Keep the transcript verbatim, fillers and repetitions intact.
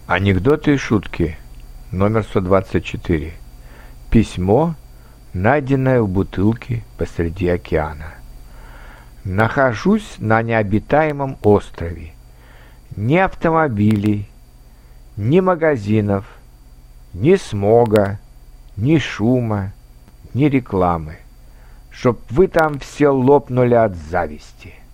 Анекдоты и шутки. Номер сто двадцать четыре. Письмо, найденное в бутылке посреди океана. Нахожусь на необитаемом острове. Ни автомобилей, ни магазинов, ни смога, ни шума, ни рекламы. Чтоб вы там все лопнули от зависти.